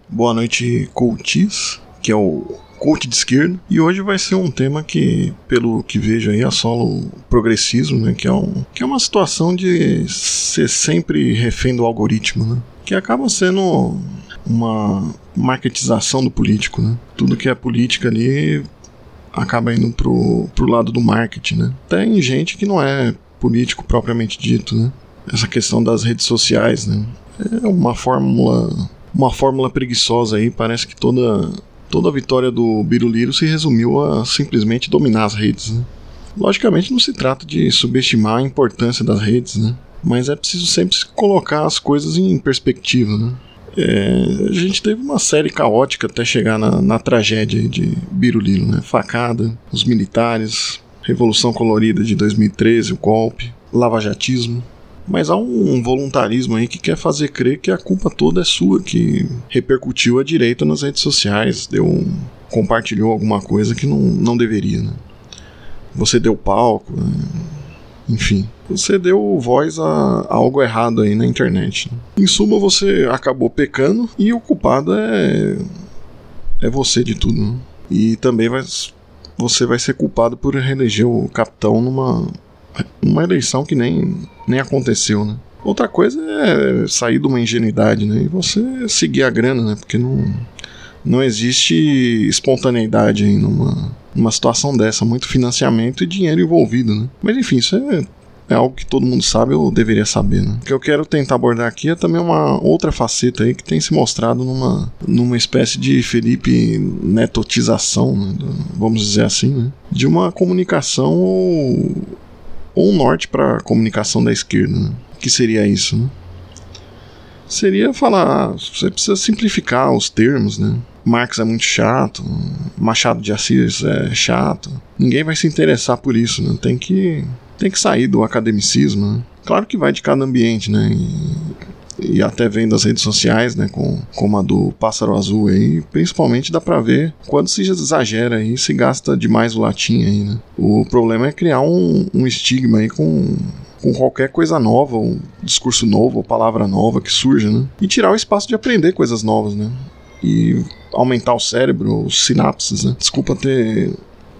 Boa noite, coaches, que é o coach de esquerda. E hoje vai ser um tema que, pelo que vejo aí, assola o progressismo, né? Que é uma situação de ser sempre refém do algoritmo, né? Que acaba sendo uma marketização do político, né? Tudo que é política ali acaba indo pro lado do marketing, né? Tem gente que não é político propriamente dito, né? Essa questão das redes sociais, né? É uma fórmula preguiçosa aí. Parece que toda a vitória do Biruliro se resumiu a simplesmente dominar as redes, né? Logicamente não se trata de subestimar a importância das redes, né? Mas é preciso sempre colocar as coisas em perspectiva, né? A gente teve uma série caótica até chegar na tragédia de Biruliro, né? Facada, os militares, Revolução Colorida de 2013, o golpe, lavajatismo. Mas há um voluntarismo aí que quer fazer crer que a culpa toda é sua, que repercutiu à direita nas redes sociais, compartilhou alguma coisa que não deveria, né? Você deu palco, né? Enfim, você deu voz a algo errado aí na internet, né? Em suma, você acabou pecando e o culpado é você de tudo, né? E também você vai ser culpado por reeleger o capitão numa eleição que nem aconteceu, né? Outra coisa é sair de uma ingenuidade, né? E você seguir a grana, né? Porque não existe espontaneidade aí numa situação dessa. Muito financiamento e dinheiro envolvido, né? Mas enfim, isso é algo que todo mundo sabe ou deveria saber, né? O que eu quero tentar abordar aqui é também uma outra faceta aí que tem se mostrado numa espécie de Felipe netotização, né? Vamos dizer assim, né? De uma comunicação ou um norte para a comunicação da esquerda, né? O que seria isso, né? Seria falar, você precisa simplificar os termos, né? Marx é muito chato, Machado de Assis é chato, ninguém vai se interessar por isso, né? Tem que sair do academicismo, né? Claro que vai de cada ambiente, né? E até vendo as redes sociais, né, como a do Pássaro Azul aí, principalmente dá pra ver quando se exagera aí, se gasta demais o latim aí, né? O problema é criar um estigma aí com qualquer coisa nova, um discurso novo, ou palavra nova que surja, né? E tirar o espaço de aprender coisas novas, né? E aumentar o cérebro, os sinapses, né? Desculpa ter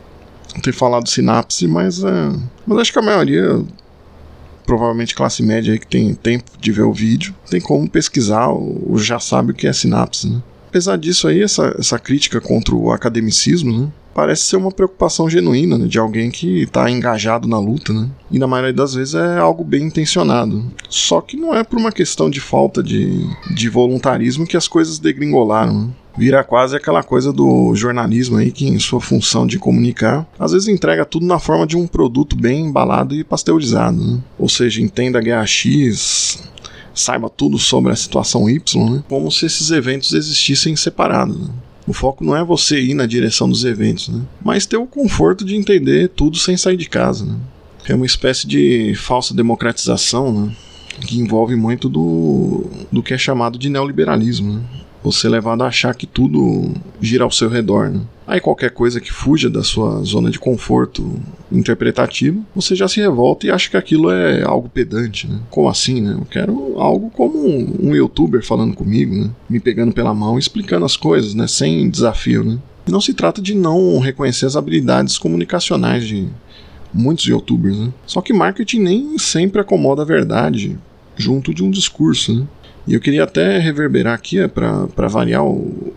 falado sinapse, mas acho que a maioria, provavelmente classe média aí que tem tempo de ver o vídeo, tem como pesquisar ou já sabe o que é sinapse, né? Apesar disso aí, essa crítica contra o academicismo, né, parece ser uma preocupação genuína, né, de alguém que está engajado na luta, né? E na maioria das vezes é algo bem intencionado. Só que não é por uma questão de falta de voluntarismo que as coisas degringolaram, né? Vira quase aquela coisa do jornalismo aí que, em sua função de comunicar, às vezes entrega tudo na forma de um produto bem embalado e pasteurizado, né? Ou seja, entenda a guerra X, saiba tudo sobre a situação Y, né? Como se esses eventos existissem separados, né? O foco não é você ir na direção dos eventos, né? Mas ter o conforto de entender tudo sem sair de casa, né? É uma espécie de falsa democratização, né, que envolve muito do que é chamado de neoliberalismo, né? Você é levado a achar que tudo gira ao seu redor, né? Aí qualquer coisa que fuja da sua zona de conforto interpretativo, você já se revolta e acha que aquilo é algo pedante, né? Como assim, né? Eu quero algo como um youtuber falando comigo, né? Me pegando pela mão e explicando as coisas, né? Sem desafio, né? E não se trata de não reconhecer as habilidades comunicacionais de muitos youtubers, né? Só que marketing nem sempre acomoda a verdade junto de um discurso, né? E eu queria até reverberar aqui, para variar, o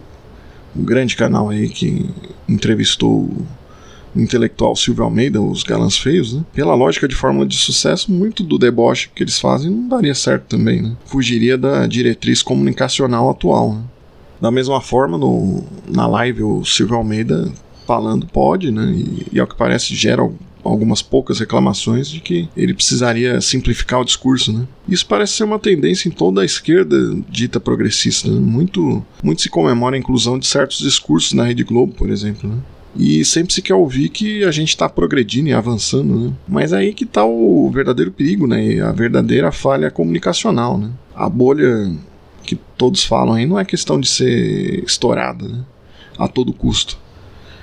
grande canal aí que entrevistou o intelectual Silvio Almeida, os Galãs Feios, né? Pela lógica de fórmula de sucesso, muito do deboche que eles fazem não daria certo também, né? Fugiria da diretriz comunicacional atual, né? Da mesma forma, na live, o Silvio Almeida falando pode, né? E ao que parece gera algumas poucas reclamações de que ele precisaria simplificar o discurso, né? Isso parece ser uma tendência em toda a esquerda dita progressista, né? Muito se comemora a inclusão de certos discursos na Rede Globo, por exemplo, né? E sempre se quer ouvir que a gente está progredindo e avançando, né? Mas aí que está o verdadeiro perigo, né? E a verdadeira falha comunicacional, né? A bolha que todos falam aí não é questão de ser estourada, né? A todo custo.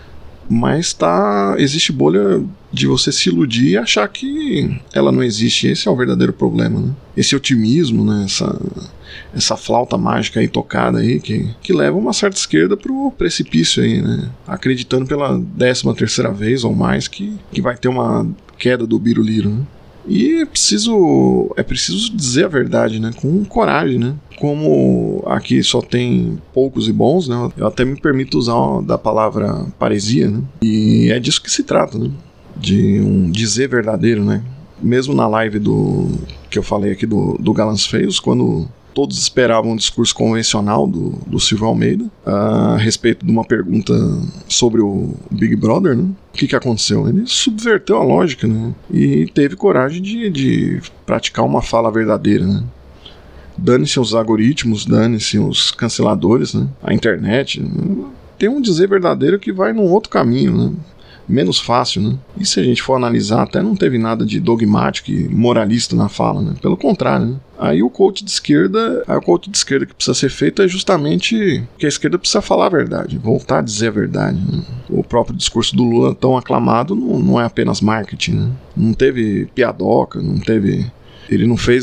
Mas existe bolha de você se iludir e achar que ela não existe. Esse é o verdadeiro problema, né? Esse otimismo, né? Essa flauta mágica aí tocada aí que leva uma certa esquerda pro precipício aí, né? Acreditando pela 13ª vez ou mais que vai ter uma queda do Biruliro, né? E é preciso dizer a verdade, né? Com coragem, né? Como aqui só tem poucos e bons, né? Eu até me permito usar da palavra paresia, né? E é disso que se trata, né? De um dizer verdadeiro, né? Mesmo na live que eu falei aqui do Galãs Feios, quando todos esperavam um discurso convencional do Silvio Almeida a respeito de uma pergunta sobre o Big Brother, né? O que aconteceu? Ele subverteu a lógica, né? E teve coragem de praticar uma fala verdadeira, né? Dane-se os algoritmos, dane-se os canceladores, né? A internet. Tem um dizer verdadeiro que vai num outro caminho, né? Menos fácil, né? E se a gente for analisar, até não teve nada de dogmático e moralista na fala, né? Pelo contrário, né? Aí o coach de esquerda que precisa ser feito é justamente que a esquerda precisa falar a verdade, voltar a dizer a verdade, né? O próprio discurso do Lula tão aclamado não é apenas marketing, né? Não teve piadoca, ele não fez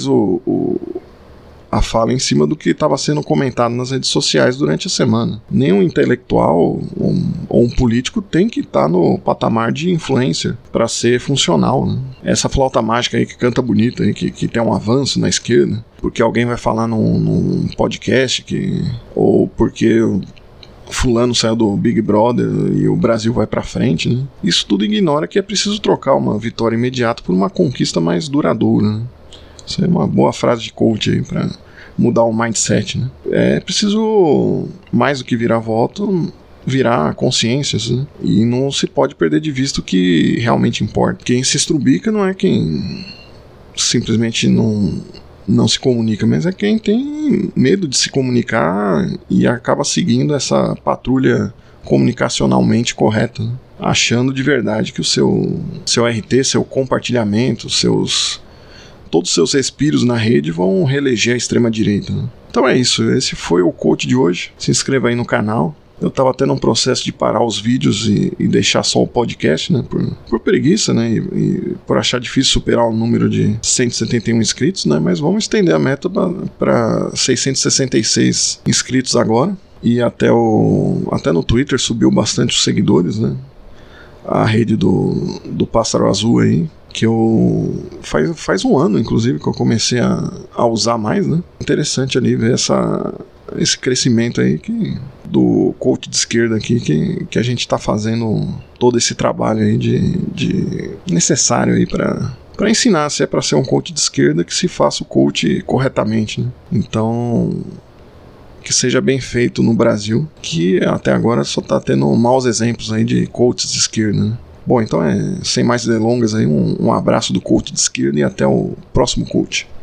a fala em cima do que estava sendo comentado nas redes sociais durante a semana. Nenhum intelectual ou um político tem que estar no patamar de influencer para ser funcional, né? Essa flauta mágica aí que canta bonito, aí, que tem um avanço na esquerda, porque alguém vai falar num podcast ou porque fulano saiu do Big Brother e o Brasil vai pra frente, né? Isso tudo ignora que é preciso trocar uma vitória imediata por uma conquista mais duradoura, né? Isso é uma boa frase de coach aí pra mudar o mindset, né? É preciso, mais do que virar voto, virar consciências, né? E não se pode perder de vista o que realmente importa. Quem se estrubica não é quem simplesmente não se comunica, mas é quem tem medo de se comunicar e acaba seguindo essa patrulha comunicacionalmente correta, né? Achando de verdade que o seu RT, seu compartilhamento, todos os seus respiros na rede vão reeleger a extrema-direita, né? Então é isso, esse foi o coach de hoje. Se inscreva aí no canal. Eu tava tendo um processo de parar os vídeos e deixar só o podcast, né? Por preguiça, né? E por achar difícil superar o número de 171 inscritos, né? Mas vamos estender a meta para 666 inscritos agora. E até no Twitter subiu bastante os seguidores, né? A rede do Pássaro Azul aí, que eu faz um ano, inclusive, que eu comecei a usar mais, né? Interessante ali ver esse crescimento aí do coach de esquerda aqui, que a gente está fazendo todo esse trabalho aí de necessário aí para ensinar, se é para ser um coach de esquerda, que se faça o coach corretamente, né? Então, que seja bem feito no Brasil, que até agora só está tendo maus exemplos aí de coaches de esquerda, né? Bom, então sem mais delongas aí, um abraço do coach de esquerda e até o próximo coach.